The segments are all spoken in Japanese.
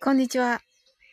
こんにちは。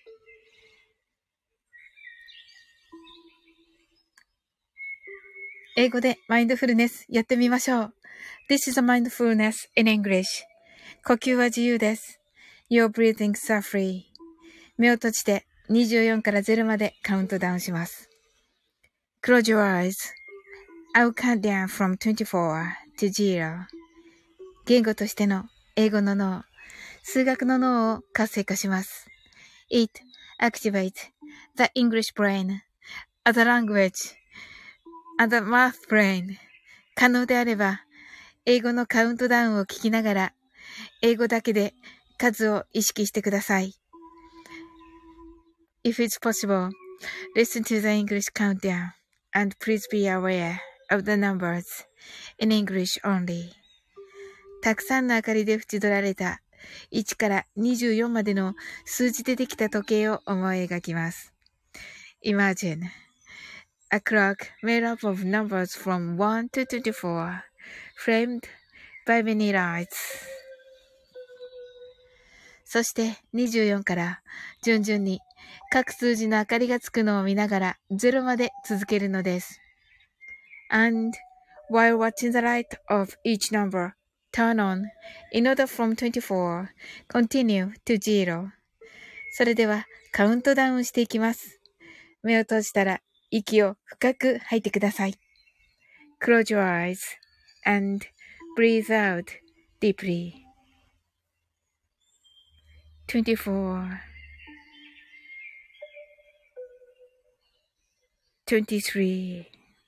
英語でマインドフルネスやってみましょう。This is a mindfulness in English. 呼吸は自由です。Your breathings are free. 目を閉じて24から0までカウントダウンします。Close your eyes. I'll count down from 24 to 0. 言語としての英語の脳、数学の脳を活性化します。It activates the English brain as a language.and the math brain. 可能であれば、英語のカウントダウンを聞きながら、英語だけで数を意識してください。If it's possible, listen to the English countdown and please be aware of the numbers in English only. たくさんの明かりで縁取られた1から24までの数字でできた時計を思い描きます。Imagine.A clock made up of numbers from 1 to 24, framed by many lights. そして24から順々に各数字の明かりがつくのを見ながら0まで続けるのです。And while watching the light of each number turn on in order from 24, continue to 0. それではカウントダウンしていきます。目を閉じたら息を深く吐いてください。Close your eyes and breathe out deeply. 24, 23,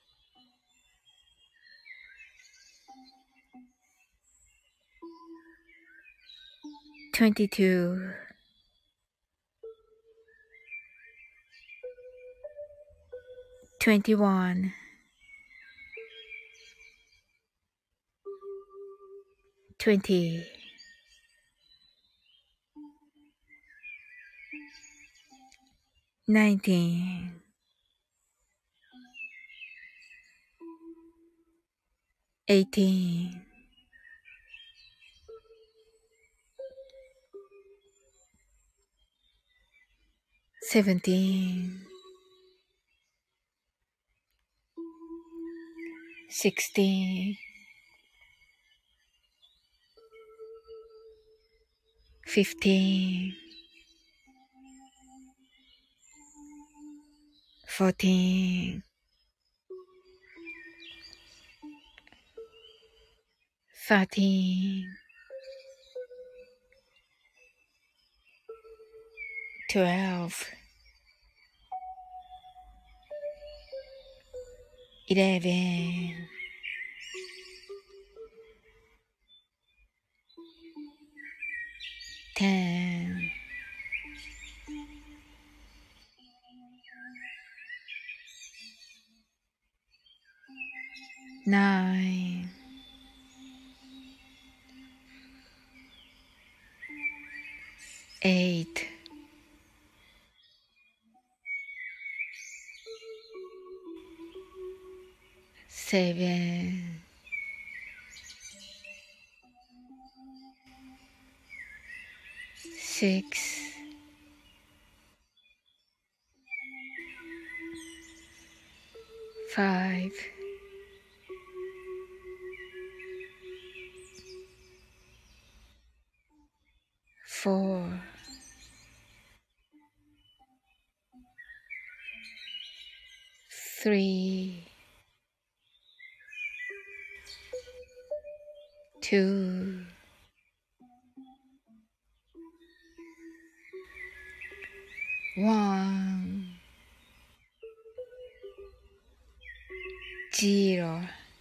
22, 21, 20, 19, 18, 17, 16, 15, 14, 13, 12, 11, 10, 9, 8, 7, 6, 5, 4, 3, 2, 1, 0。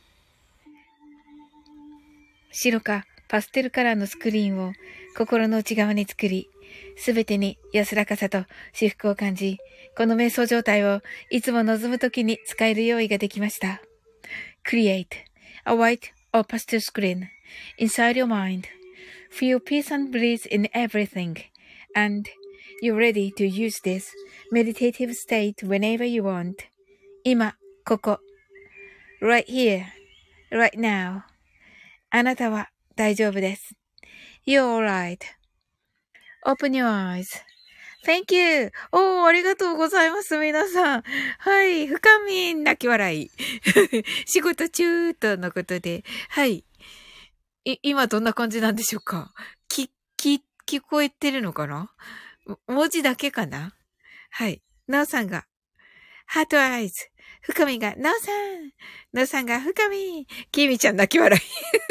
白かパステルカラーのスクリーンを心の内側に作り、すべてに安らかさと至福を感じ、この瞑想状態をいつも望むときに使える用意ができました。Create a white or pastel screen inside your mind. Feel peace and bliss in everything. And you're ready to use this meditative state whenever you want. 今、ここ。Right here, right now. あなたは大丈夫です。You're alright. Open your eyes Thank you.おー、ありがとうございます、皆さん。はい。深み泣き笑い。仕事中とのことで。はい。今どんな感じなんでしょうか？聞こえてるのかな？文字だけかな？はい。なおさんが、ハートアイズ。深みが、なおさん。なおさんが、深み。きみちゃん泣き笑い。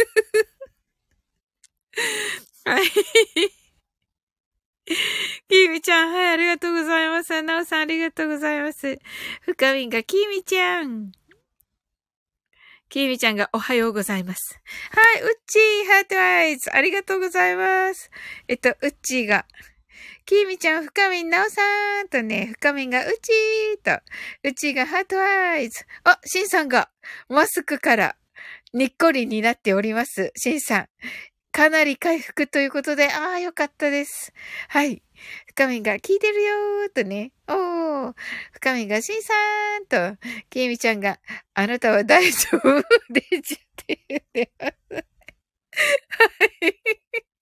はい。きみちゃん、はい、ありがとうございます。なおさん、ありがとうございます。深みが、きみちゃん。きみちゃんが、おはようございます。はい、うっちー、ハートアイズ。ありがとうございます。うっちーが、きみちゃん、深みん、なおさんとね、深みんが、うちーと、うちがハートアイズ。あ、しんさんが、マスクから、にっこりになっております。しんさん。かなり回復ということで、ああ、よかったです。はい。深みんが、聞いてるよーとね。おー。深みんが、しんさんと、きみちゃんが、あなたは大丈夫でちゃって言ってます。はい。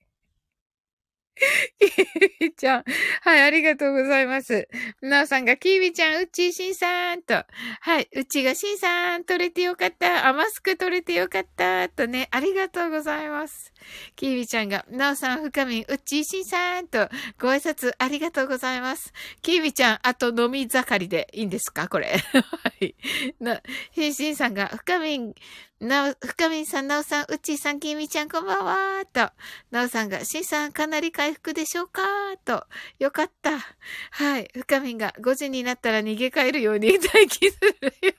キービちゃん。はい、ありがとうございます。なおさんが、キービちゃん、うちしんさんと。はい、うちがしんさん、取れてよかった。マスク取れてよかった。とね、ありがとうございます。キービちゃんが、なおさん、深みん、うちしんさんと、ご挨拶ありがとうございます。キービちゃん、あと飲み盛りでいいんですかこれ。はい。しんさんが、深みん、深みさん、なおさん、うっちーさん、きみちゃん、こんばんはと。なおさんが、しんさん、かなり回復でしょうかと。よかった。はい。深みが、5時になったら逃げ帰るように待機するよ。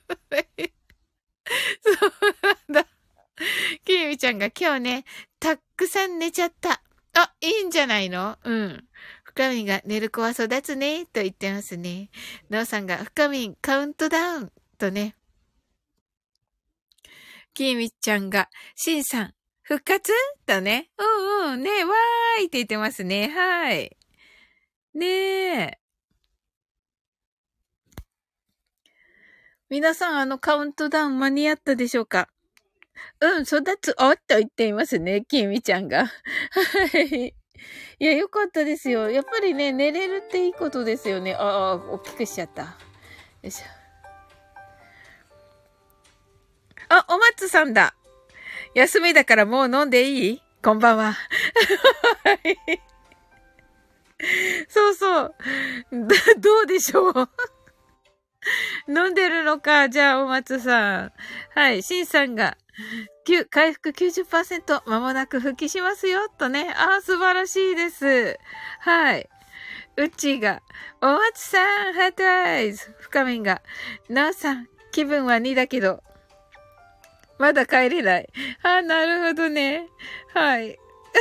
そうなんだ。きみちゃんが、今日ね、たくさん寝ちゃった。あ、いいんじゃないの？うん。深みが、寝る子は育つね、と言ってますね。なおさんが、深みカウントダウン、とね。きみちゃんが、しんさん、復活とね。うんうん。ねわーいって言ってますね。はい。ねえ。皆さん、カウントダウン間に合ったでしょうか？うん、育つおっと言っていますね。きみちゃんが。はい。いや、よかったですよ。やっぱりね、寝れるっていいことですよね。大きくしちゃった。よいしょ。あ、お松さんだ。休みだからもう飲んでいい？こんばんは。はい。そうそう。どうでしょう？飲んでるのか。じゃあ、お松さん。はい。しんさんが、回復 90%、間もなく復帰しますよ。とね。素晴らしいです。はい。うっちーが、お松さん、ハートアイズ。深みんが、なおさん、気分は2だけど、まだ帰れない。なるほどね。はい。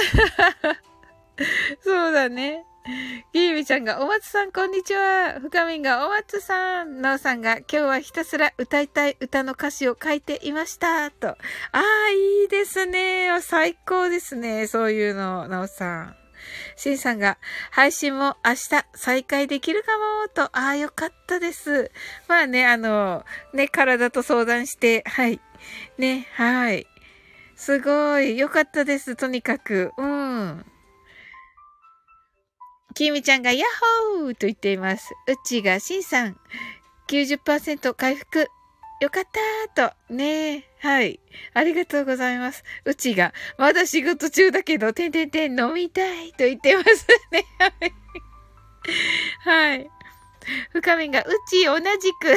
そうだね。ギービちゃんが、お松さん、こんにちは。深みんが、お松さん。なおさんが、今日はひたすら歌いたい歌の歌詞を書いていました。と。いいですね。最高ですね。そういうの、なおさん。しんさんが、配信も明日再開できるかも。と。よかったです。まあね、ね、体と相談して、はい。ね、はい。すごい。よかったです。とにかく。うん。きみちゃんがヤッホーと言っています。うっちーがしんさん 90% 回復。よかったーと。ねえ。はい。ありがとうございます。うちが、まだ仕事中だけど、飲みたいと言ってますね。はい。はい。深みが、うち同じく。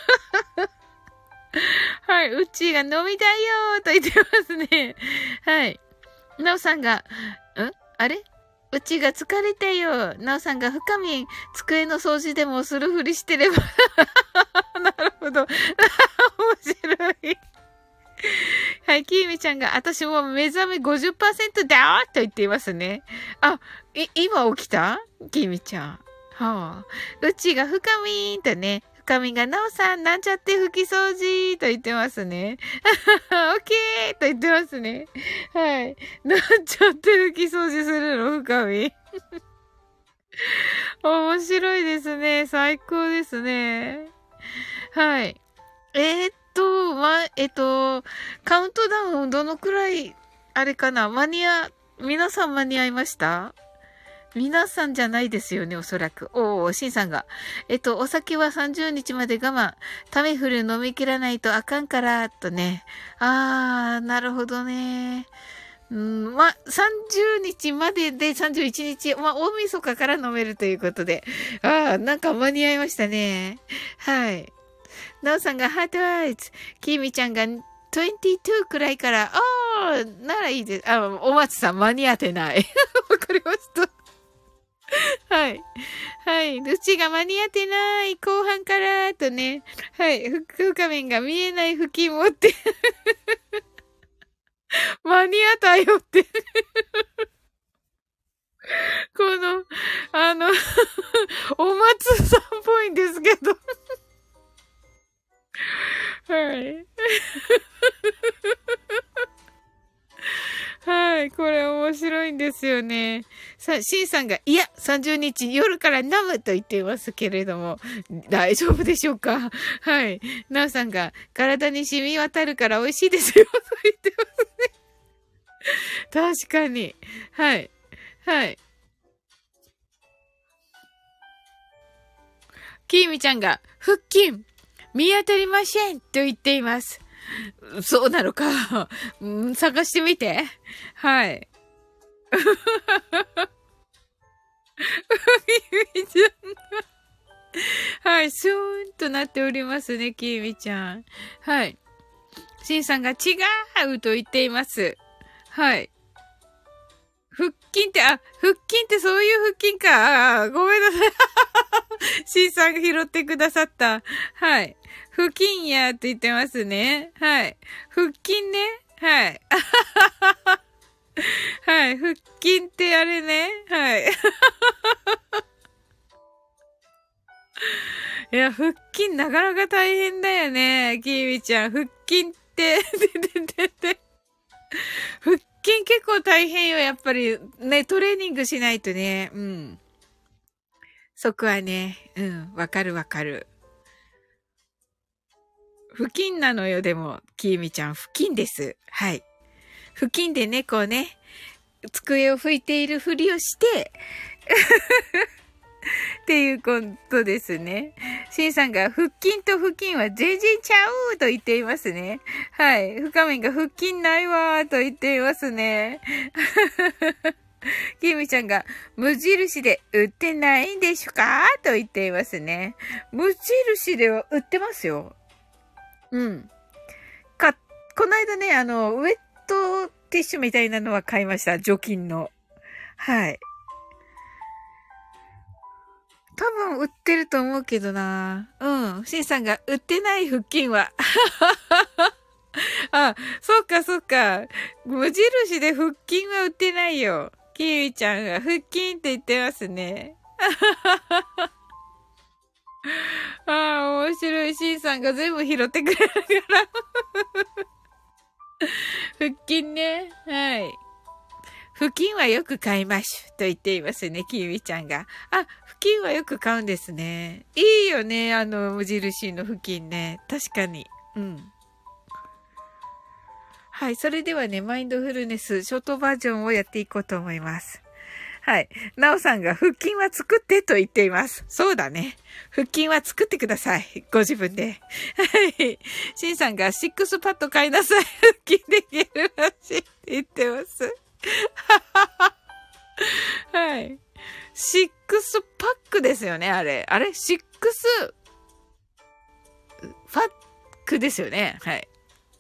はい。うちが飲みたいよーと言ってますね。はい。なおさんが、あれうちが疲れたよ。なおさんが深み、机の掃除でもするふりしてれば。なるほど。面白い。はい、きーみちゃんが、私も目覚め 50% だーと言っていますね。今起きたきーみちゃん。はあ。うちが深みーんとね。深みが、なおさん、なんちゃって拭き掃除と言ってますね。オッケーと言ってますね。はい。なんちゃって拭き掃除するの深み。面白いですね。最高ですね。はい。カウントダウンどのくらい、あれかな皆さん間に合いました？ 皆さんじゃないですよね、おそらく。シンさんが。お酒は30日まで我慢。タミフル飲み切らないとあかんから、とね。なるほどね。30日までで31日、大晦日から飲めるということで。なんか間に合いましたね。はい。なおさんがハートアイズ。きみちゃんが22くらいから、ならいいです。お松さん間に合ってない。わかりました。はい。はい。うちが間に合ってない。後半から、とね。はい。画面が見えない付近持って。間に合ったよって。この、お松さんっぽいんですけど。はい。はい。これ面白いんですよね。シンさんが、いや、30日夜から飲むと言っていますけれども、大丈夫でしょうか？はい。ナオさんが、体に染み渡るから美味しいですよと言ってますね。確かに。はい。はい。キーミちゃんが、腹筋見当たりませんと言っています。そうなのか。探してみて。はい。キミちゃんが。はい、スーンとなっておりますね、キミちゃん。はい。シンさんが違うと言っています。はい。腹筋って、腹筋ってそういう腹筋か。ごめんなさい。シンさんが拾ってくださった。はい。腹筋やって言ってますね。はい。腹筋ね。はい。はい。腹筋ってあれね。はい。いや、腹筋なかなか大変だよね。キーミちゃん。腹筋って、腹筋結構大変よ。やっぱりね、トレーニングしないとね。うん。そこはね、わかるわかる。腹筋なのよ、でも、きーみちゃん、腹筋です。はい。腹筋でね、こうね、机を拭いているふりをして、っていうことですね。シンさんが、腹筋と腹筋は全然ちゃうと言っていますね。はい。深めが腹筋ないわーと言っていますね。キミちゃんが、無印で売ってないんでしょかと言っていますね。無印では売ってますよ。うん。この間ね、ウェットティッシュみたいなのは買いました。除菌の。はい。多分売ってると思うけどな。うん。シンさんが売ってない腹筋は。そうかそうか。無印で腹筋は売ってないよ。キーウィちゃんが腹筋って言ってますね。面白い。シンさんが全部拾ってくれるから。腹筋ね。はい。腹筋はよく買いましゅ。と言っていますね。キーウィちゃんが。腹筋はよく買うんですね。いいよね。無印の腹筋ね。確かに。うん。はい。それではね、マインドフルネス、ショートバージョンをやっていこうと思います。はい。なおさんが腹筋は作ってと言っています。そうだね。腹筋は作ってください。ご自分で。はい。シンさんがシックスパッド買いなさい。腹筋できるらしいって言ってます。はい。シックスパックですよね、あれ。シックスパックですよね。はい。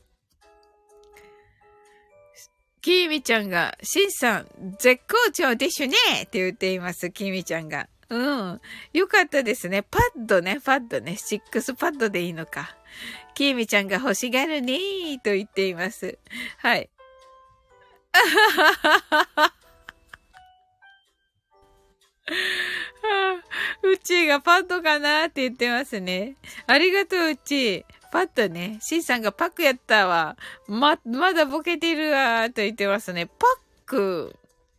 きみちゃんが、しんさん、絶好調でしゅねって言っています、きみちゃんが。うん。よかったですね。パッドね。シックスパッドでいいのか。きみちゃんが欲しがるねーと言っています。はい。うちがパッドかなって言ってますね。ありがとう、うち。パッドね。シンさんがパックやったわ。まだボケてるわ。と言ってますね。パック。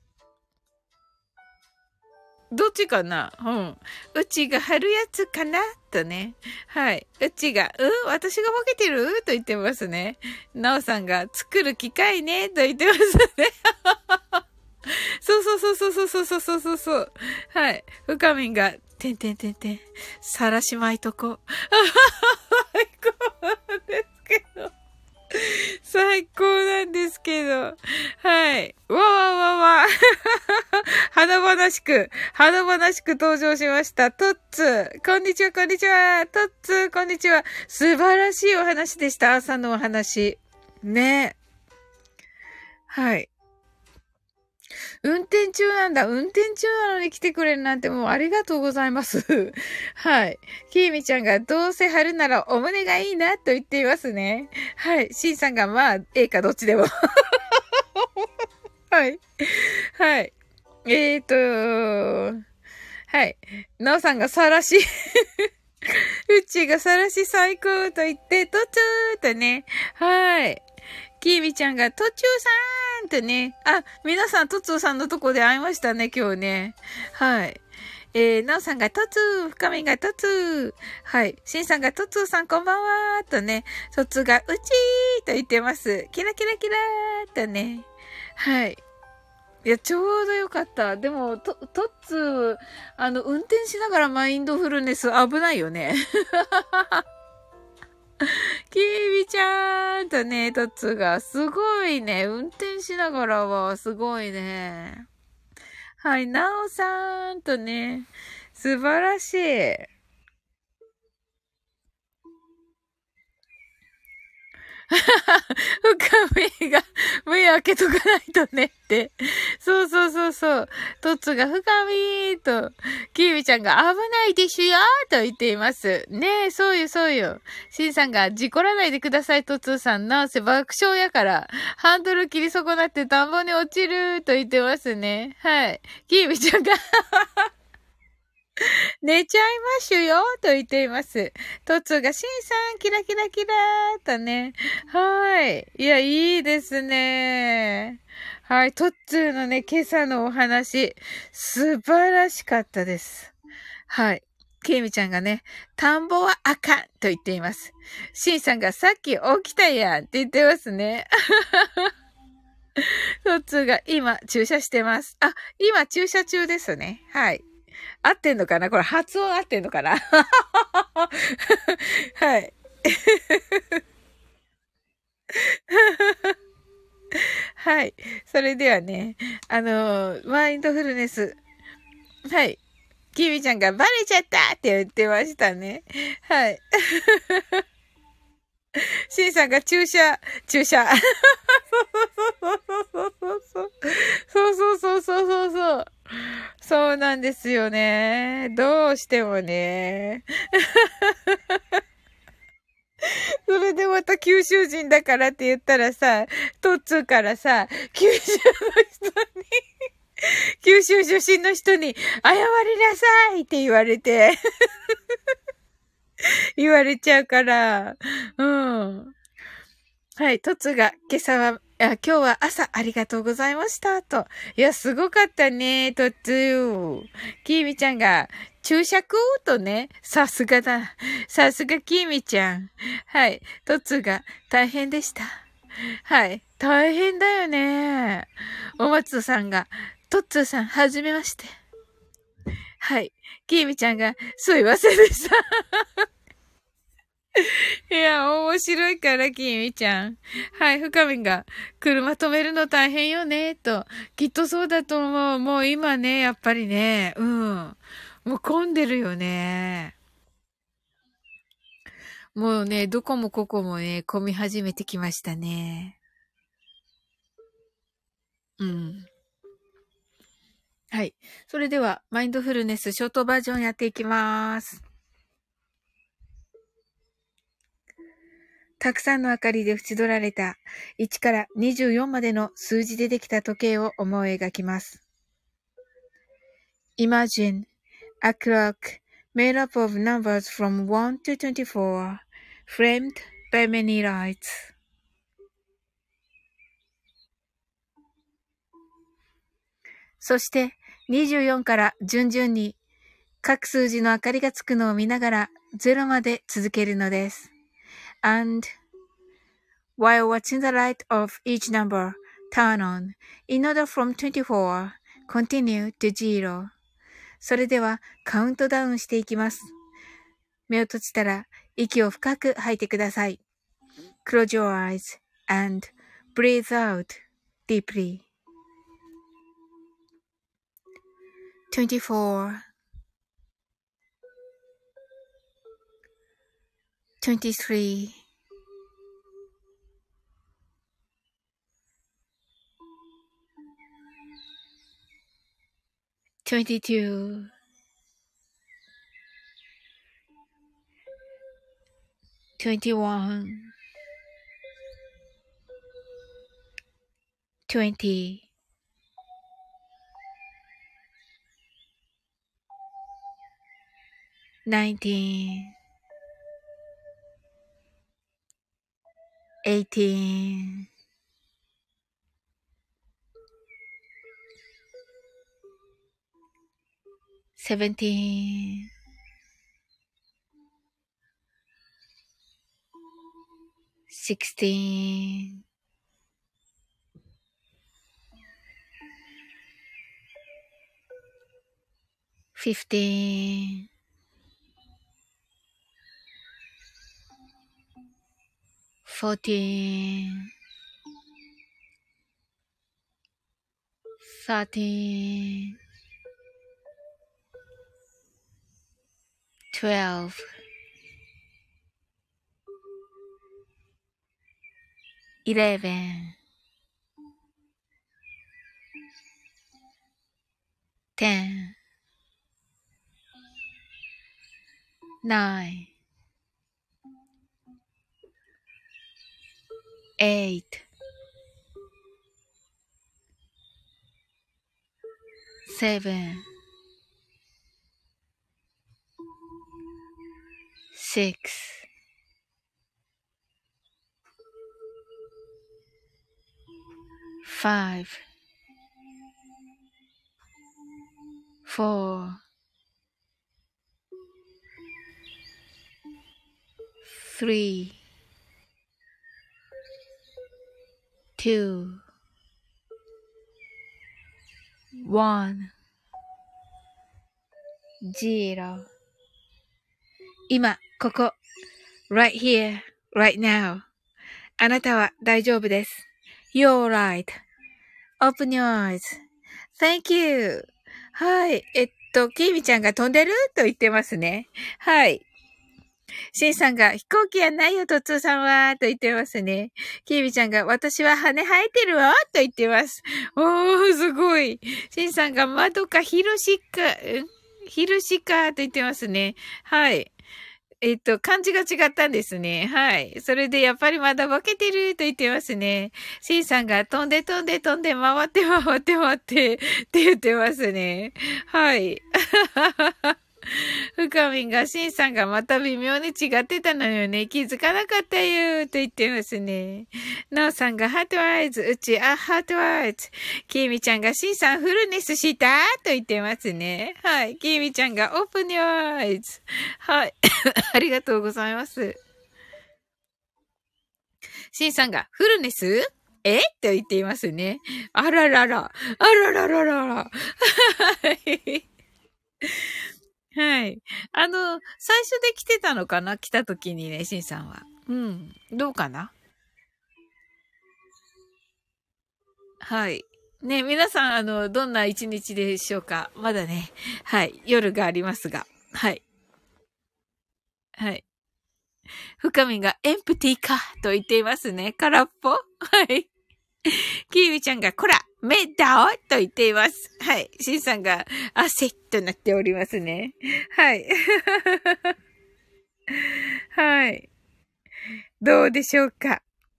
どっちかな？うん。うちが貼るやつかなとね。はい。うちが、私がボケてると言ってますね。なおさんが、作る機械ねと言ってますね。 そうそうそうそうそうそうそうそうそう。はい。深みんが、てんてんてんてん、さらしまいとこ。最高なんですけど。最高なんですけど。はい。わわわわ。華々しく、華々しく登場しました。トッツー。こんにちは、こんにちは。トッツー、こんにちは。素晴らしいお話でした。朝のお話。ね。はい。運転中なんだ。運転中なのに来てくれるなんてもうありがとうございます。はい。きーみちゃんがどうせ貼るならお胸がいいなと言っていますね。はい。しんさんがまあ、かどっちでも。はい。はい。はい。なおさんがさらし。うちがさらし最高と言って、とつーとね。はい。きーみちゃんが、とちゅうさんってね。あ、皆さん、とつーさんのとこで会いましたね、今日ね。はい。なおさんが、とつー、深みがとつー。はい。しんさんが、とつーさんこんばんはーとね。とつーが、うちーと言ってます。キラキラキラーとね。はい。いや、ちょうどよかった。でも、とっつー、運転しながらマインドフルネス危ないよね。きみちゃーんとね、とっつーが、すごいね。運転しながらは、すごいね。はい、なおさんとね、素晴らしい。深みが、目開けとかないとねって。そうそうそうそう。トッツが深みと、キーミちゃんが危ないでしゅよと言っています。ねえ、そうよそうよ。シンさんが事故らないでください、トッツーさん。なんせ爆笑やから、ハンドル切り損なって田んぼに落ちると言ってますね。はい。キーミちゃんが寝ちゃいましゅよと言っています。トツがシンさん、キラキラキラーとね。はい。いや、いいですね。はい。トッツーのね、今朝のお話、素晴らしかったです。はい。ケイミちゃんがね、田んぼはあかんと言っています。シンさんがさっき起きたやんって言ってますね。トッツーが今駐車してます。あ、今駐車中ですね。はい。合ってんのかなこれ発音合ってんのかなはい。はい。それではね、マインドフルネス。はい。キミちゃんがバレちゃったって言ってましたね。はい。シンさんが注射。そうそうそうそうそう。そうそうそうそうそうそう。そうなんですよね。どうしてもね。それでまた九州人だからって言ったらさ、トッツーからさ、九州の人に、九州出身の人に、謝りなさいって言われて、言われちゃうから、うん。はい、トツが今朝は、今日は朝ありがとうございましたと。いや、すごかったね、トツ。キーミちゃんが、注釈とね、さすがだ。さすがキーミちゃん。はい、トツが大変でした。はい、大変だよね。お松さんが、トッツーさん、はじめまして。はい、キーミちゃんが、すいませんでした。いや、面白いから、きみちゃん。はい、深みが、車止めるの大変よね、と。きっとそうだと思う。もう今ね、やっぱりね、うん。もう混んでるよね。もうね、どこもここもね、混み始めてきましたね。うん。はい。それでは、マインドフルネスショートバージョンやっていきます。たくさんの明かりで縁取られた1から24までの数字でできた時計を思い描きます。Imagine a clock made up of numbers from 1 to 24, framed by many lights. そして24から順々に各数字の明かりがつくのを見ながら0まで続けるのです。And while watching the light of each number turn on. In order from 24, continue to 0. それではカウントダウンしていきます。目を閉じたら息を深く吐いてください。Close your eyes and breathe out deeply. 24, 23, 22, 21, 20, 19, 18, 17, 16, 15, 14, 13, 12, 11, 10, 9, 8, 7, 6, 5, 4, 3, 2, 1, 0。今、ここ。right here, right now. あなたは大丈夫です。You're right.Open your eyes.Thank you. はい。キーミちゃんが飛んでると言ってますね。はい。シンさんが飛行機やないよ、トッツーさんは、と言ってますね。キーミちゃんが私は羽生えてるわ、と言ってます。おー、すごい。シンさんが窓かヒルシカ、と言ってますね。はい。漢字が違ったんですね。はい。それで、やっぱりまだ化けてると言ってますね。シンさんが飛んで、回ってって言ってますね。はい。ふかみんが、シンさんがまた微妙に違ってたのよね。気づかなかったよ、と言ってますね。なおさんがハートアイズ、ハートアイズ。きーみちゃんが、シンさんフルネスしたと言ってますね。はい。きーみちゃんが、オープンヨーアイズ。はい。ありがとうございます。シンさんが、フルネスと言っていますね。あららら。あららららら。はい。はい。最初で来てたのかな来た時にね、シンさんは。うん。どうかなはい。ね、皆さん、どんな一日でしょうかまだね。はい。夜がありますが。はい。はい。深みがエンプティかと言っていますね。空っぽはい。キーミちゃんが、こら目だおと言っています。はい。シンさんが、汗となっておりますね。はい。はい。どうでしょうか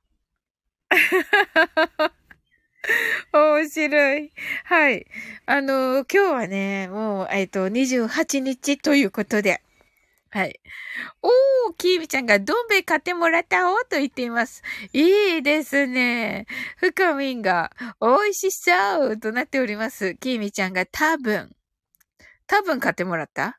面白い。はい。今日はね、もう、28日ということで。はい。おー、キーミちゃんがどん兵衛買ってもらったおと言っています。いいですね。ふかみんが美味しそうとなっております。キーミちゃんが多分買ってもらった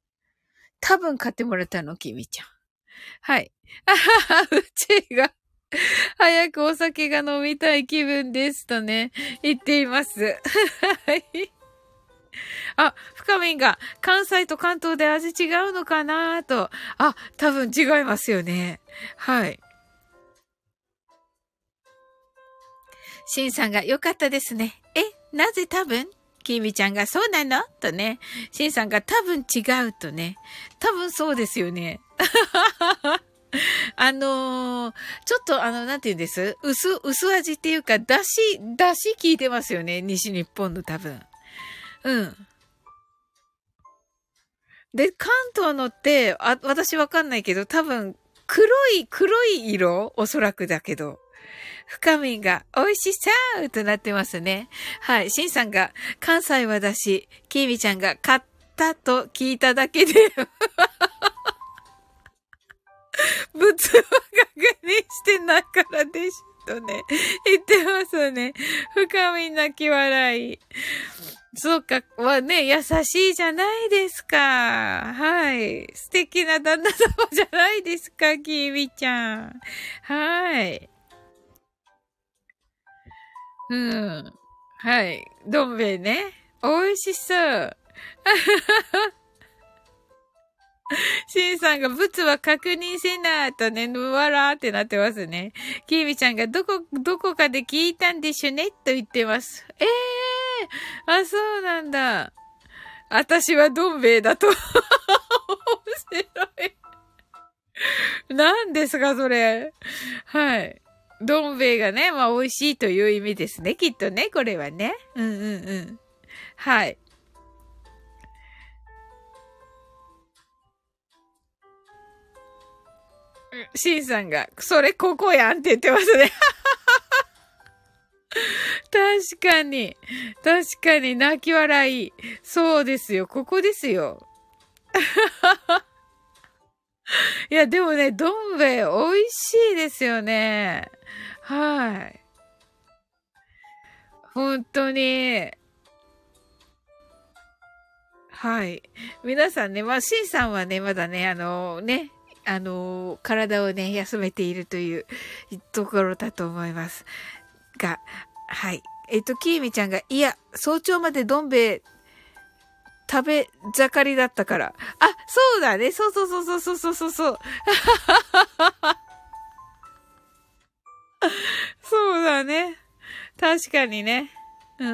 多分買ってもらったの、キーミちゃん。はい。あはは、うちが。 早くお酒が飲みたい気分ですとね、言っています。はい。あ、深みんが関西と関東で味違うのかなと。あ、多分違いますよね。はい。シンさんが良かったですね。なぜ多分キミちゃんがそうなのとね。シンさんが多分違うとね。多分そうですよね。ちょっとなんて言うんです薄味っていうか、だし効いてますよね。西日本の多分。うん。で、関東のって、私わかんないけど、多分、黒い色おそらくだけど。深みが美味しそうとなってますね。はい。シンさんが、関西はだし、キミちゃんが買ったと聞いただけで、物は確認してないからでしとね。言ってますね。深み泣き笑い。そうか、はね、優しいじゃないですか。はい。素敵な旦那様じゃないですか、キミちゃん。はい。うん。はい。どん兵衛ね。美味しそう。シンさんが物は確認せなとね、ぬわらーってなってますね。キービちゃんがどこかで聞いたんでしゅねと言ってます。あ、そうなんだ。私はどん兵衛だと。面白い。何ですか、それ。はい。どん兵衛がね、まあ美味しいという意味ですね。きっとね、これはね。うんうんうん。はい。シンさんが、それここやんって言ってますね。確かに。確かに、泣き笑い。そうですよ。ここですよ。いや、でもね、どん兵衛美味しいですよね。はい。本当に。はい。皆さんね、まあ、シンさんはね、まだね、体をね、休めているというところだと思います。が、はい。キーミちゃんが、いや、早朝までどん兵衛食べ盛りだったから。あ、そうだね。そうそうそうそうそうそうそう。そうだね。確かにね。うん。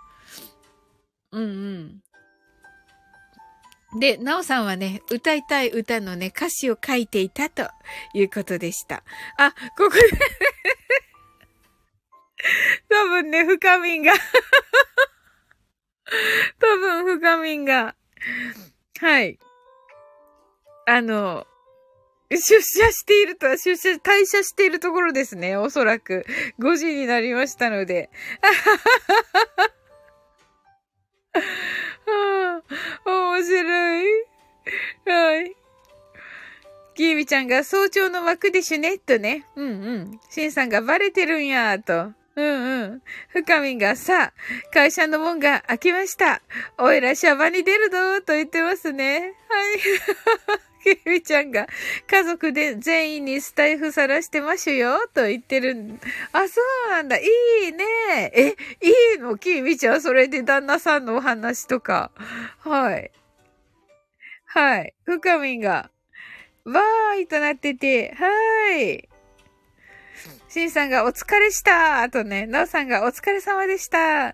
うんうん。で、なおさんはね、歌いたい歌のね、歌詞を書いていたということでした。あ、ここで多分ね、深みんが多分深みんが、はい。退社しているところですね。おそらく。5時になりましたので。はあ、面白い。はい。キービちゃんが早朝の枠でしゅね、とね。うんうん。シンさんがバレてるんや、と。うんうん。深みがさあ、会社の門が開きました。おいらシャバに出るぞ、と言ってますね。はい。キミちゃんが家族で全員にスタイフさらしてましゅよと言ってる。あ、そうなんだ。いいね。いいのキミちゃん。それで旦那さんのお話とか。はい。はい。深みが、わーいとなってて、はい。シンさんがお疲れしたとね、ナオさんがお疲れ様でした。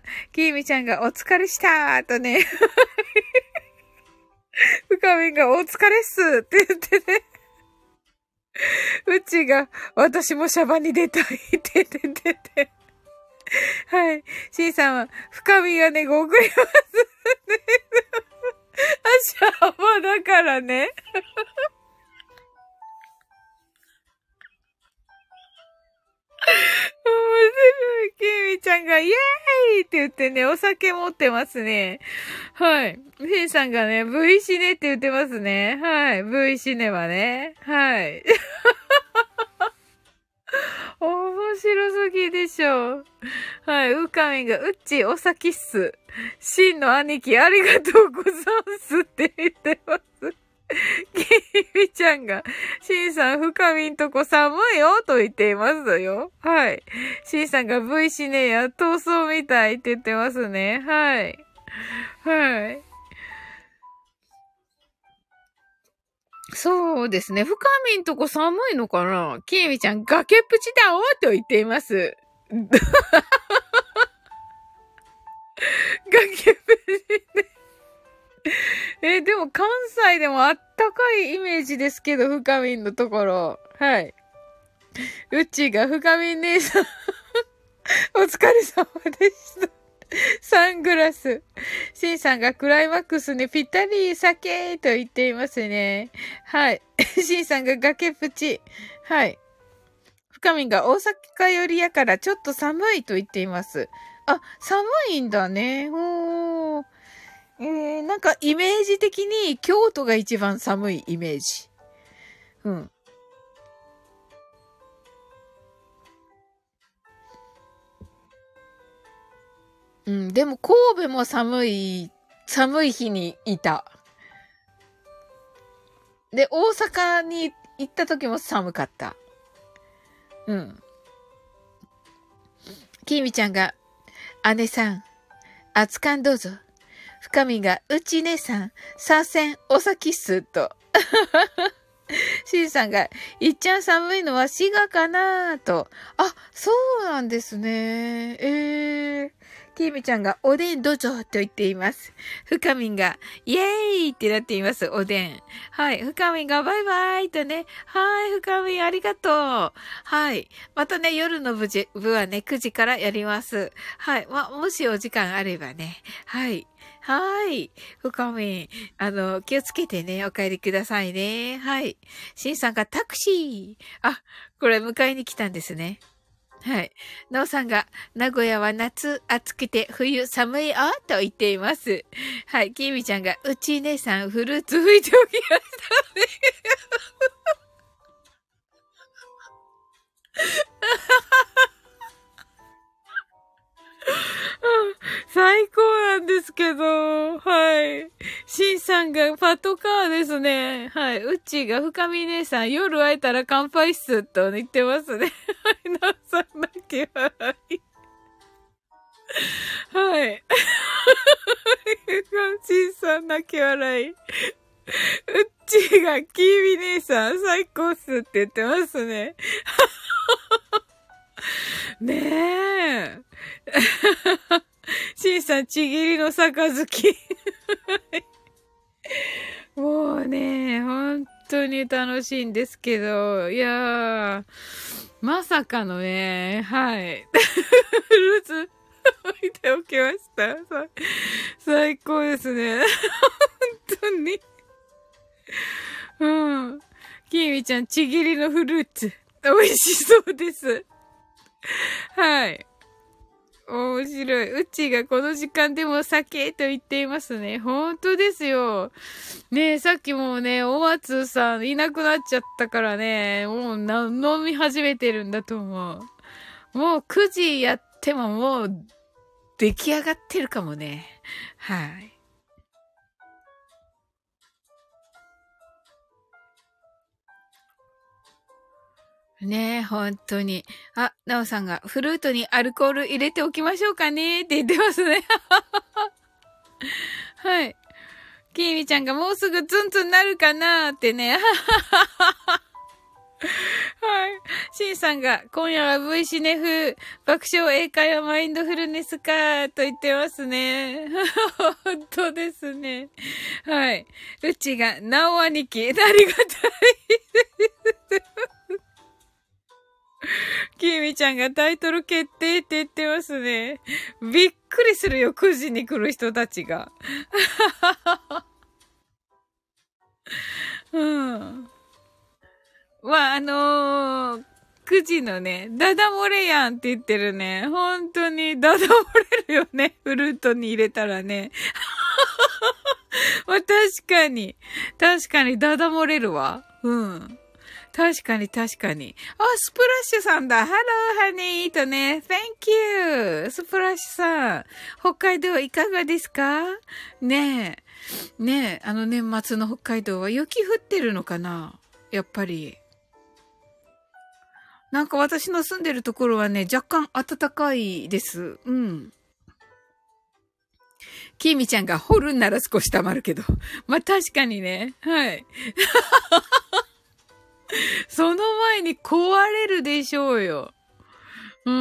キーミちゃんがお疲れしたとね。深みがお疲れっすって言ってね。うちが、私もシャバに出たいって言ってて。はい。シンさんは、深みがね、ご送りますね。あ、シャバだからね。面白い。キミちゃんが、イエーイって言ってね、お酒持ってますね。はい。シンさんがね、V シネって言ってますね。はい。V シネはね。はい。面白すぎでしょ。はい。ウカミが、うっち、お先っす。シンの兄貴、ありがとうござんすって言ってます。 きみちゃんが、しんさん、深みんとこ寒いよと言っていますよ。はい。しんさんが V シネや闘争みたいって言ってますね。はい。はい。そうですね。深みんとこ寒いのかな？きみちゃん、崖っぷちだおと言っています。崖っぷちでも関西でもあったかいイメージですけど、深みんのところ。はい。うちが深みん姉さんお疲れ様でした。サングラス。シンさんがクライマックスにぴったり酒と言っていますね。はい。シンさんが崖っぷち。はい。深みんが大阪寄りやからちょっと寒いと言っています。あ、寒いんだね。ほー。なんかイメージ的に京都が一番寒いイメージ。うん。うん、でも神戸も寒い日にいた。で、大阪に行った時も寒かった。うん。きみちゃんが、姉さん、熱燗どうぞ。深みが、うち姉さん、参戦、お先っす、と。しんさんが、いっちゃん寒いのは滋賀かなと。あ、そうなんですね。きみちゃんが、おでんどうぞと言っています。深みんが、イエーイってなっています。おでん。はい。深みんが、バイバイとね。はい。深みんありがとう。はい。またね、夜の部はね、9時からやります。はい。もしお時間あればね。はい。はい。深みん、気をつけてね、お帰りくださいね。はい。しんさんがタクシー。あ、これ迎えに来たんですね。はい。なおさんが、名古屋は夏暑くて冬寒いよと言っています。はい。きみちゃんが、うち姉さんフルーツ吹いておきましたね。最高なんですけど、はい。シンさんがパトカーですね。はい。うっちーが深見姉さん、夜会えたら乾杯っす、と言ってますね。はい。なおさん泣き笑い。はい。シンさん泣き笑い。うっちーがキービ姉さん、最高っすって言ってますね。ねえ。シンさん、ちぎりの杯。もうね、本当に楽しいんですけど、いやー、まさかのね、はい。フルーツ、置いておきました。最高ですね。本当に。うん。きみちゃん、ちぎりのフルーツ。美味しそうです。はい。面白い。うちがこの時間でも酒と言っていますね。本当ですよ。ねえ、さっきもね、お松さんいなくなっちゃったからね、もう飲み始めてるんだと思う。もう9時やってももう出来上がってるかもね。はい。ねえ、本当に。あ、なおさんがフルートにアルコール入れておきましょうかねって言ってますね。はい。きーみちゃんがもうすぐツンツンなるかなーってね。はい。シンさんが、今夜は V シネ風、爆笑英会話マインドフルネスか、と言ってますね。本当ですね。はい。うちが、なお兄貴、ありがたい。きーみちゃんがタイトル決定って言ってますね。びっくりするよ、9時に来る人たちが。うん。9時のね、ダダ漏れやんって言ってるね。本当にダダ漏れるよね。フルートに入れたらね。確かに。確かにダダ漏れるわ。うん。 確かに確かに。あ、スプラッシュさんだ。ハローハニーとね。Thank you! スプラッシュさん。北海道いかがですか？ねえ。ねえ、年末の北海道は雪降ってるのかな？やっぱり。なんか私の住んでるところはね、若干暖かいです。うん。きみちゃんが掘るんなら少し溜まるけど。まあ、確かにね。はい。その前に壊れるでしょうよ。うん。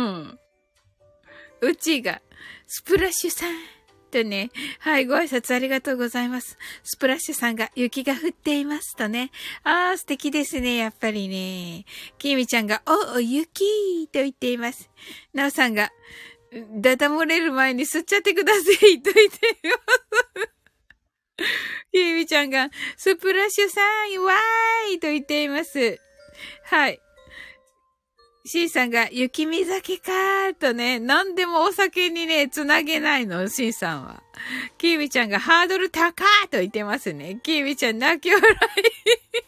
うちが、スプラッシュさん。とね。はい、ご挨拶ありがとうございます。スプラッシュさんが雪が降っていますとね。あー、素敵ですね、やっぱりね。きみちゃんが、お、雪と言っています。なおさんが、ダダ漏れる前に吸っちゃってくださいと言っています。きみちゃんが、スプラッシュさん、わーいと言っています。はい。シンさんが、雪見酒かーとね、何でもお酒にね、つなげないの、シンさんは。キービちゃんが、ハードル高ーと言ってますね。キービちゃん、泣き笑い。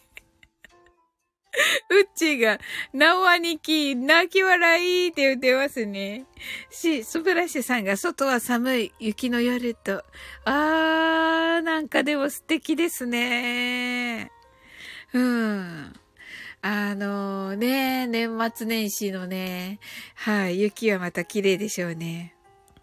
うっちーが、なお兄貴、泣き笑いって言ってますね。スプラッシュさんが、外は寒い、雪の夜と。なんかでも素敵ですね。うん。ね、年末年始のね、はい、雪はまた綺麗でしょうね。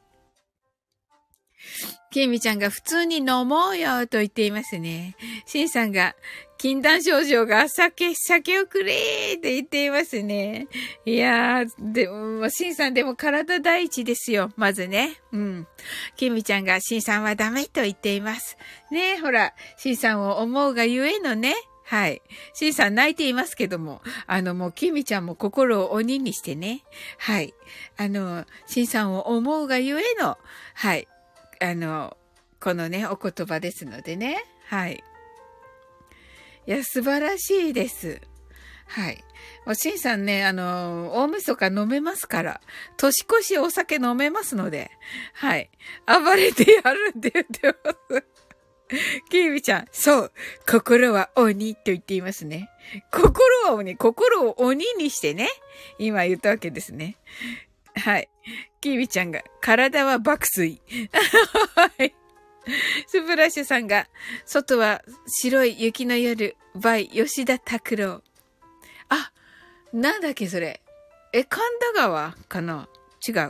ケイミちゃんが普通に飲もうよと言っていますね。シンさんが、禁断症状が酒をくれーって言っていますね。いやー、でも、シンさんでも体第一ですよ。まずね。うん。ケイミちゃんが、シンさんはダメと言っています。ね、ほら、シンさんを思うがゆえのね。はい。シンさん泣いていますけども、もう、キミちゃんも心を鬼にしてね。はい。シンさんを思うがゆえの、はい。このね、お言葉ですのでね。はい。いや、素晴らしいです。はい。シンさんね、大晦日飲めますから、年越しお酒飲めますので、はい。暴れてやるって言ってます。キービちゃん、そう、心は鬼と言っていますね。心は鬼、心を鬼にしてね、今言ったわけですね。はい。キービちゃんが、体は爆睡。はい。スプラッシュさんが、外は白い雪の夜、by 吉田拓郎。あ、なんだっけそれ。神田川かな？違う。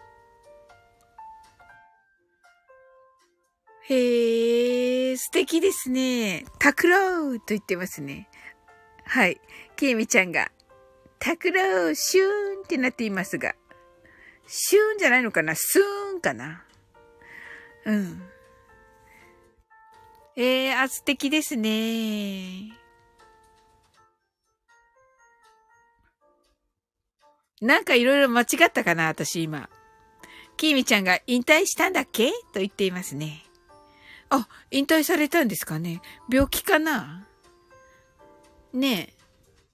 へー、素敵ですね。拓郎と言ってますね。はい。ケイミちゃんが、拓郎、シューンってなっていますが、シューンじゃないのかな？スーンかな？うん。素敵ですね。なんかいろいろ間違ったかな、私今。キーミちゃんが引退したんだっけと言っていますね。あ、引退されたんですかね。病気かな？ねえ。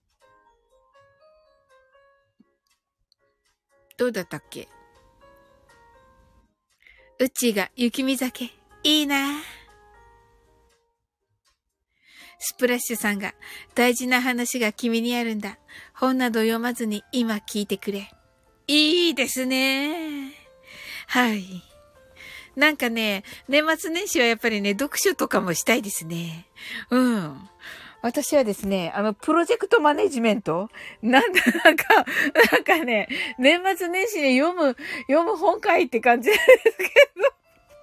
どうだったっけ？うちが雪見酒。いいな。スプラッシュさんが大事な話が君にあるんだ。本など読まずに今聞いてくれ。いいですね。はい。なんかね、年末年始はやっぱりね、読書とかもしたいですね。うん。私はですね、プロジェクトマネジメントなんかね、年末年始に読む本会って感じなんですけど。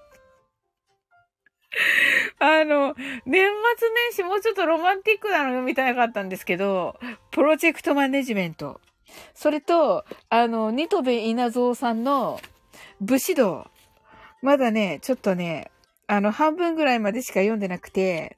年末年始もうちょっとロマンティックなの読みたかったんですけど、プロジェクトマネジメント。それと、ニトベ稲造さんの武士道。まだね、ちょっとね、半分ぐらいまでしか読んでなくて、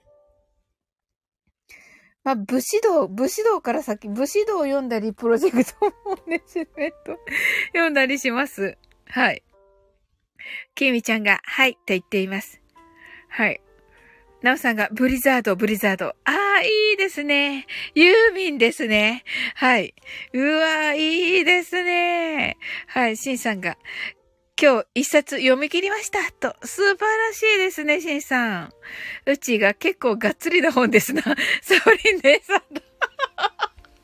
まあ、武士道から先、武士道を読んだり、プロジェクトマネジメント読んだりします。はい。ケイミちゃんが、はい、と言っています。はい。ナオさんが、ブリザード。ああ、いいですね。ユーミンですね。はい。うわ、いいですね。はい、シンさんが、今日一冊読み切りましたと。素晴らしいですね、シンさん。うちが結構がっつりな本ですな。サオリン姉さんだ。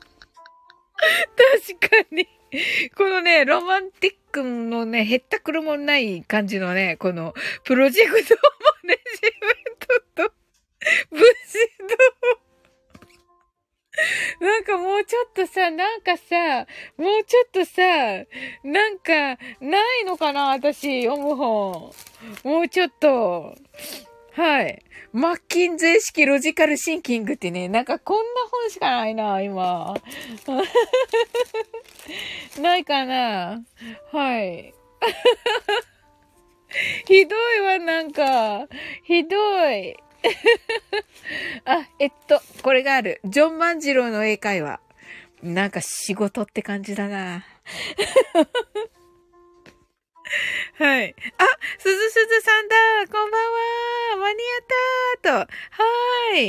確かに。このね、ロマンティックのね、へったくるもない感じのね、この、プロジェクトマネジメントと、物資と、なんかもうちょっとさ、なんかさ、もうちょっとさ、なんか、ないのかな私、読む本。もうちょっと。はい。マッキンゼー式ロジカルシンキングってね、なんかこんな本しかないな、今。ないかな。はい。ひどいわ、なんか。ひどい。あ、これがある。ジョン万次郎の英会話。なんか仕事って感じだな。はい。あ、すずすずさんだ。こんばんは。間に合ったと。はい。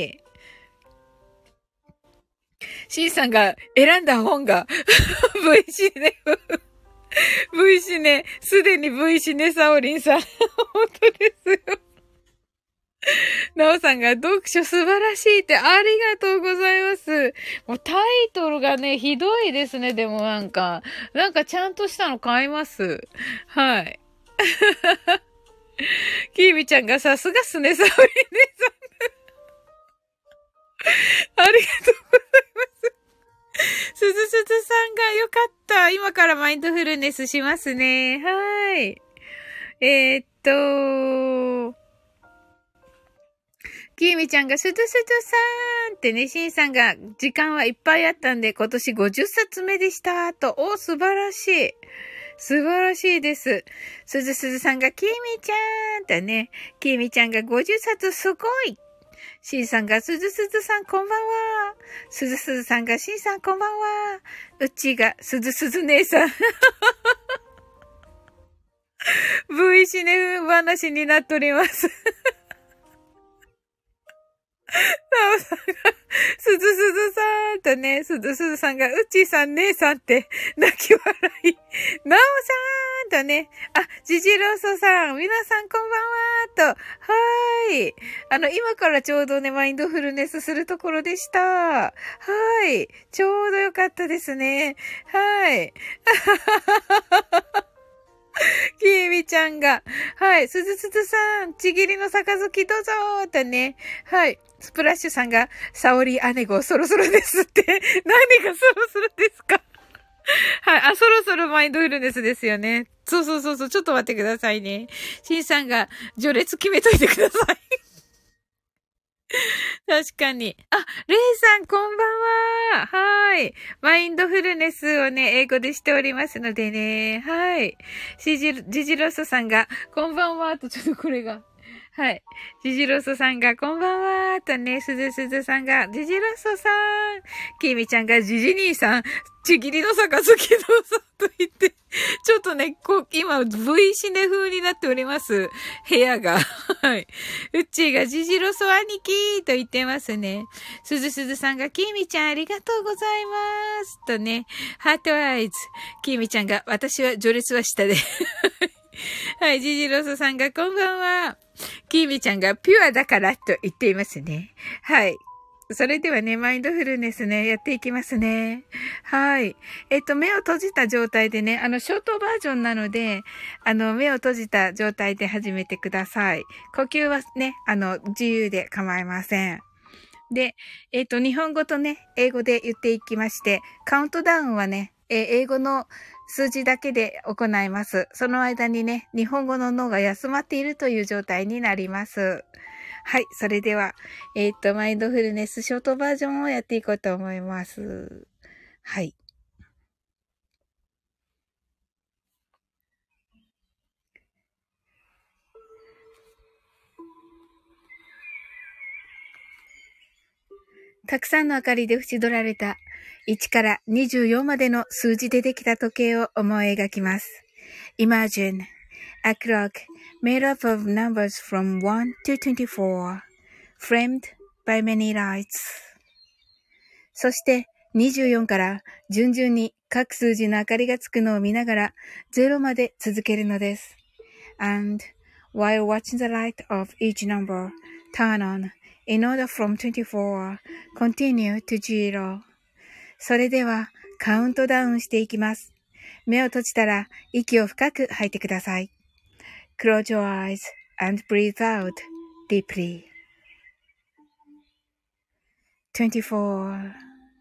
シンさんが選んだ本が V シネ、V シネ、すでに V シネサオリンさん。本当ですよ。なおさんが読書素晴らしいってありがとうございます。もうタイトルがね、ひどいですね。でもなんかちゃんとしたの買います。はい。キービちゃんがさすがすねサオリン姉さん。ありがとうございます。すずすずさんがよかった。今からマインドフルネスしますね。はい。きーみちゃんがすずすずさーんってね、しんさんが時間はいっぱいあったんで今年50冊目でしたと。お、素晴らしい。素晴らしいです。すずすずさんがきーみちゃんとね、きーみちゃんが50冊すごい。しんさんがすずすずさんこんばんは。すずすずさんがしんさんこんばんは。うちがすずすず姉さん。V シネ話になっております。なおさんが、すずすずさんとね、すずすずさんが、うちさん姉さんって泣き笑い。なおさんとね、あ、ジジローソさん、皆さんこんばんはと、はーい。今からちょうどね、マインドフルネスするところでした。はい。ちょうどよかったですね。はい。きーみちゃんが、はい、すずすずさん、ちぎりの杯どうぞーとね、はい、スプラッシュさんが、サオリ姉子そろそろですって、何がそろそろですか？はい、あ、そろそろマインドフルネスですよね。そうそうそうそう、ちょっと待ってくださいね。シンさんが、序列決めといてください。確かに。あ、レイさん、こんばんは。はい。マインドフルネスをね、英語でしておりますのでね。はい。ジジロソさんが、こんばんは、と、ちょっとこれが。はい。ジジロソさんが、こんばんは、とね、すずすずさんが、ジジロソさん。キミちゃんが、ジジ兄さん、ちぎりの杯どうぞと言って、ちょっとね、今、V シネ風になっております。部屋が。はい。うっちーがジジロソ兄貴と言ってますね。すずすずさんが、きみちゃんありがとうございます。とね、ハートアイズ。きみちゃんが、私は序列は下で。はい、ジジロソさんが、こんばんは。きみちゃんが、ピュアだからと言っていますね。はい。それではね、マインドフルネスね、やっていきますね。はい。目を閉じた状態でね、ショートバージョンなので、目を閉じた状態で始めてください。呼吸はね、自由で構いません。で、日本語とね、英語で言っていきまして、カウントダウンはね、英語の数字だけで行います。その間にね、日本語の脳が休まっているという状態になります。はい。それでは、マインドフルネスショートバージョンをやっていこうと思います。はい。たくさんの明かりで縁取られた1から24までの数字でできた時計を思い描きます。Imagine a clock made up of numbers from 1 to 24, framed by many lights. そして24から順々に各数字の明かりがつくのを見ながら0まで続けるのです。And while watching the light of each number turn on in order from 24, continue to 0. それではカウントダウンしていきます。目を閉じたら息を深く吐いてください。Close your eyes and breathe out deeply. 24,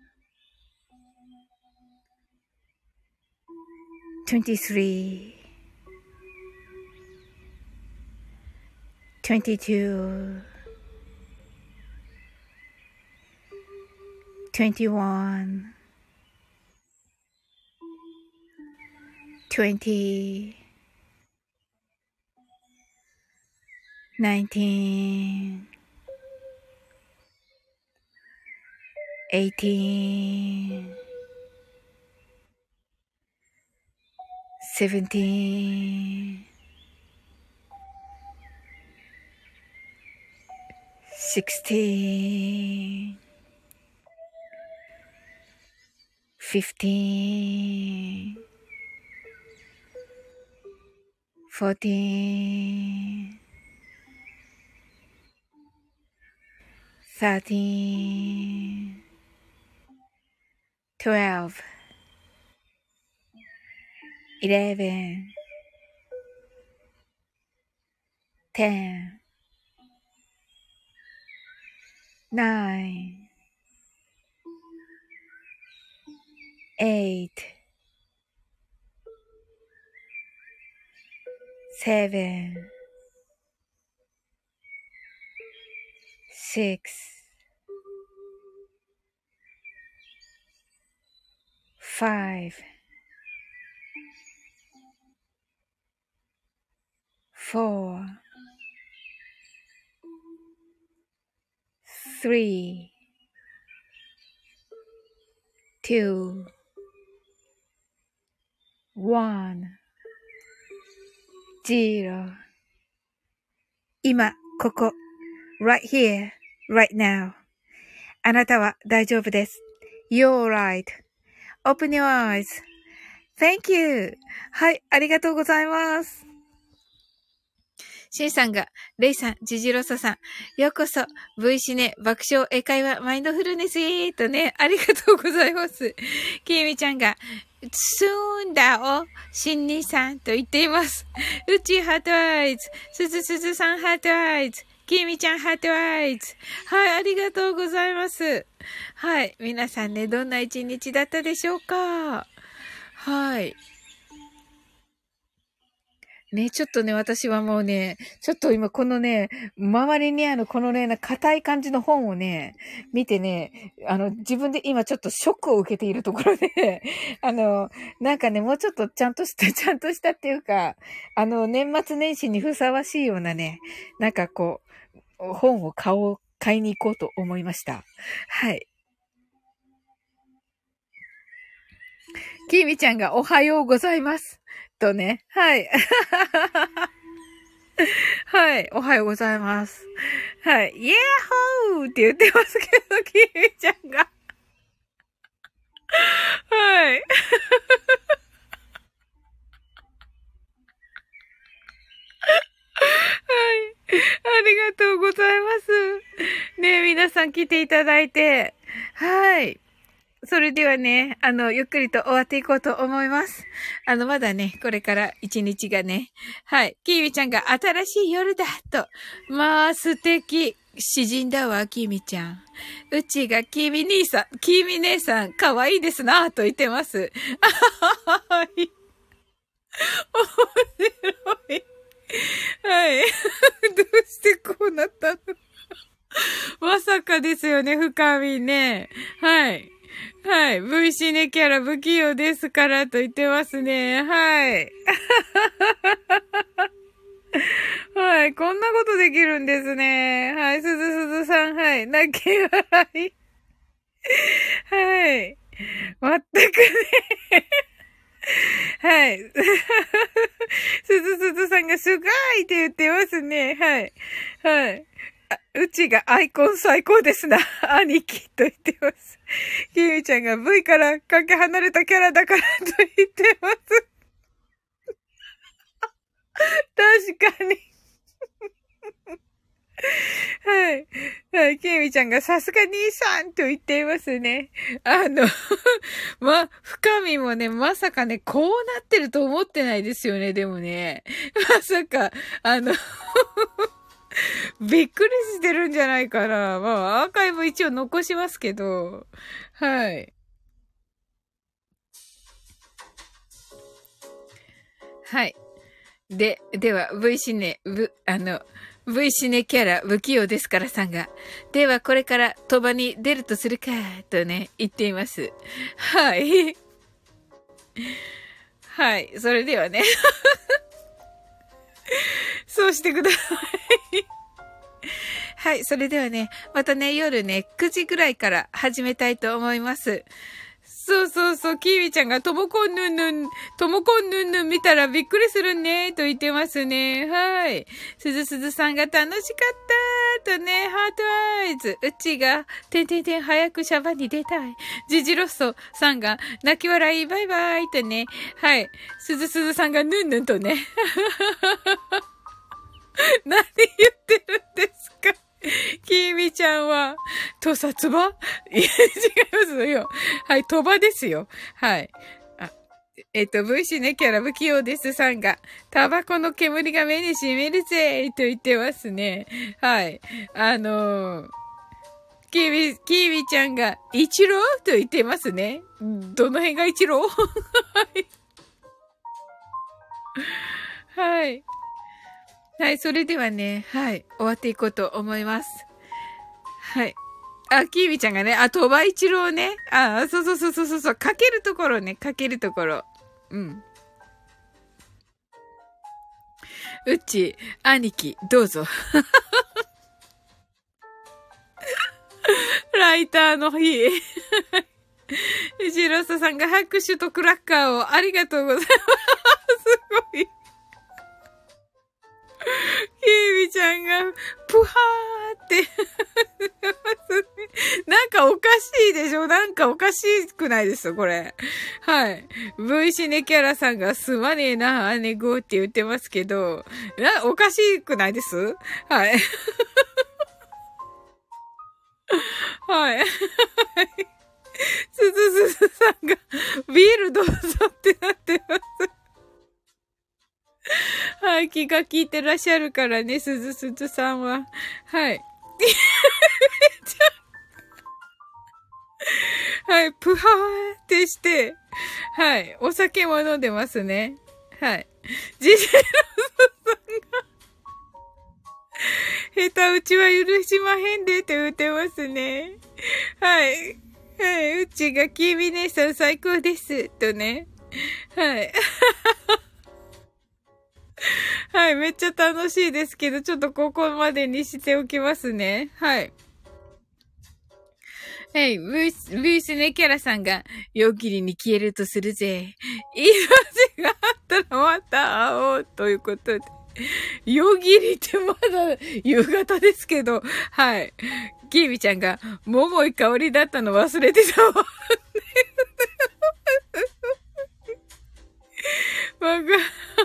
23, 22, 21, 20, 19, 18, 17, 16, 15, 14, 13, 12, 11, 10, 9, 8, 7, 6, 5, 4, 3, 2, 1, 0今、ここ、right here, right now. あなたは大丈夫です。You're right.Open your eyes.Thank you. はい、ありがとうございます。シンさんが、レイさん、ジジロソさん、ようこそ、V シネ、爆笑英会話、マインドフルネスへとね、ありがとうございます。キミちゃんが、スーンだお、シンニーさんと言っています。うちハートアイズ、すずすずさんハートアイズ、キミちゃんハートアイズ。はい、ありがとうございます。はい、皆さんね、どんな一日だったでしょうか？はい。ね、ちょっとね、私はもうね、ちょっと今このね、周りにこのね、硬い感じの本をね、見てね、自分で今ちょっとショックを受けているところで、なんかね、もうちょっとちゃんとしたっていうか、年末年始にふさわしいようなね、なんかこう、本を買いに行こうと思いました。はい。きみちゃんがおはようございます。とね。はい。はい。おはようございます。はい。イエーホーって言ってますけど、きみちゃんが。はい。はい。ありがとうございます。ねえ、皆さん来ていただいて。はい。それではね、ゆっくりと終わっていこうと思います。まだね、これから一日がね。はい。キーミちゃんが新しい夜だと。まあ、素敵。詩人だわ、キーミちゃん。うちがキーミ姉さん、可愛いですな、と言ってます。はい。面白い。はい。どうしてこうなったの？まさかですよね、深みね。はい。はい。V シネキャラ不器用ですからと言ってますね。はい。はい。こんなことできるんですね。はい。すずすずさん、はい。泣き笑い。はい。全くね。はい。すずすずさんがすごいって言ってますね。はい。はい。うちがアイコン最高ですな。兄貴と言ってます。きみちゃんが V からかけ離れたキャラだからと言ってます。確かに。はい。 はい、ケイミちゃんがさすが兄さんと言っていますね。深みもね、まさかね、こうなってると思ってないですよね、でもね。まさか、びっくりしてるんじゃないかな。まあ、アーカイブ一応残しますけど。はい。はい。では、V シネ、V シネキャラ不器用ですからさんが。では、これから鳥羽に出るとするか、とね、言っています。はい。はい。それではね。そうしてください。はい。それではね、またね、夜ね、9時ぐらいから始めたいと思います。そうそうそう、キーウィちゃんがともこんぬんぬん、ともこんぬんぬん見たらびっくりするね、と言ってますね。はい。すずすずさんが楽しかったとね、ハートアイズ。うちが、早くシャバに出たい。ジジロッソさんが、泣き笑い、バイバイとね。はい。すずすずさんがぬんぬんとね。何言ってるんですか？きーみちゃんは、とさつばいや、違いますよ。はい、とばですよ。はい。あ、V シネキャラ不器用ですさんが、タバコの煙が目に染みるぜと言ってますね。はい。キーミちゃんが、イチローと言ってますね。どの辺がイチロー？はい。はい。はい、それではね、はい、終わっていこうと思います。はい。あ、キーミちゃんがね、あ、鳥羽一郎ね。あ、そうそうそうそうそう、かけるところね、かけるところ。うん。うち、兄貴、どうぞ。ライターの日。ジロサさんが拍手とクラッカーをありがとうございます。すごい。キーミちゃんが、プハーってなんかおかしいでしょ？なんかおかしくないですこれ。はい。V シネキャラさんがすまねえな、姉子って言ってますけど、おかしくないです？はい。はい。すずすずさんが、ビールどうぞってなってます。はい、気が利いてらっしゃるからね、すずすずさんは。はい。はい、プハーってして、はい、お酒も飲んでますね。はい。ジジロさんが、下手打ちは許しまへんでって言ってますね。はい。はい、うちがキービ姉さん最高です。とね。はい。はい、めっちゃ楽しいですけど、ちょっとここまでにしておきますね。はい。はい、ブースね、キャラさんが、夜霧に消えるとするぜ。命があったらまた会おう、ということで。夜霧ってまだ夕方ですけど、はい。キービちゃんが、桃井香りだったの忘れてたわ。わが、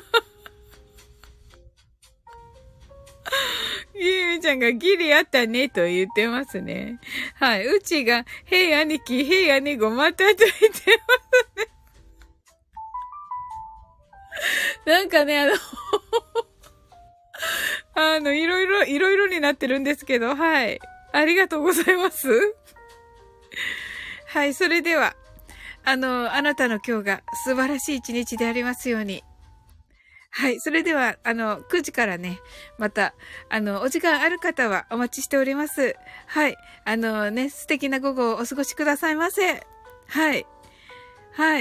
ゆみちゃんがギリあったねと言ってますね。はい。うちが、へい兄貴、へい姉子、またと言ってますね。なんかね、いろいろになってるんですけど、はい。ありがとうございます。はい。それでは、あなたの今日が素晴らしい一日でありますように。はい。それでは、9時からね、また、お時間ある方はお待ちしております。はい。素敵な午後をお過ごしくださいませ。はい。はい。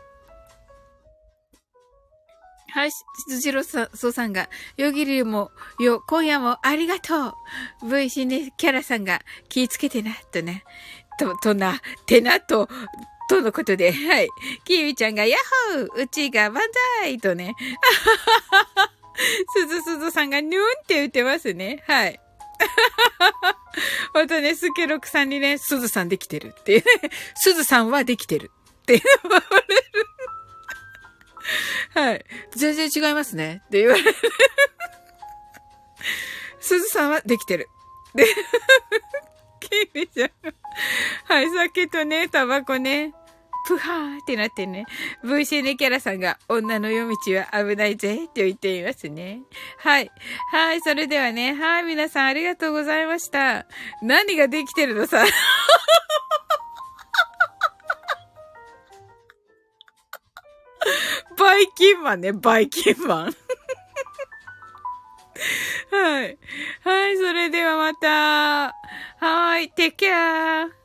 はい。辻郎さんが、よぎりも、今夜もありがとう。V シネキャラさんが、気ぃつけてな、とね。とのことで、はい。キーウィちゃんが、ヤッホーうちが万歳とね。すずさんが、ニューンって言ってますね。はい。またね、スケロクさんにね、すずさんできてるっていうね。すずさんはできてるって言われる。はい。全然違いますねって言われる。すずさんはできてる。 で、キリちゃん。はい、酒とね、タバコね。プハーってなってね。VC ネキャラさんが女の夜道は危ないぜって言っていますね。はい。はい、それではね。はい、皆さんありがとうございました。何ができてるのさ。バイキンマンね、バイキンマン。はい。はい、それではまた。はい、テケアー。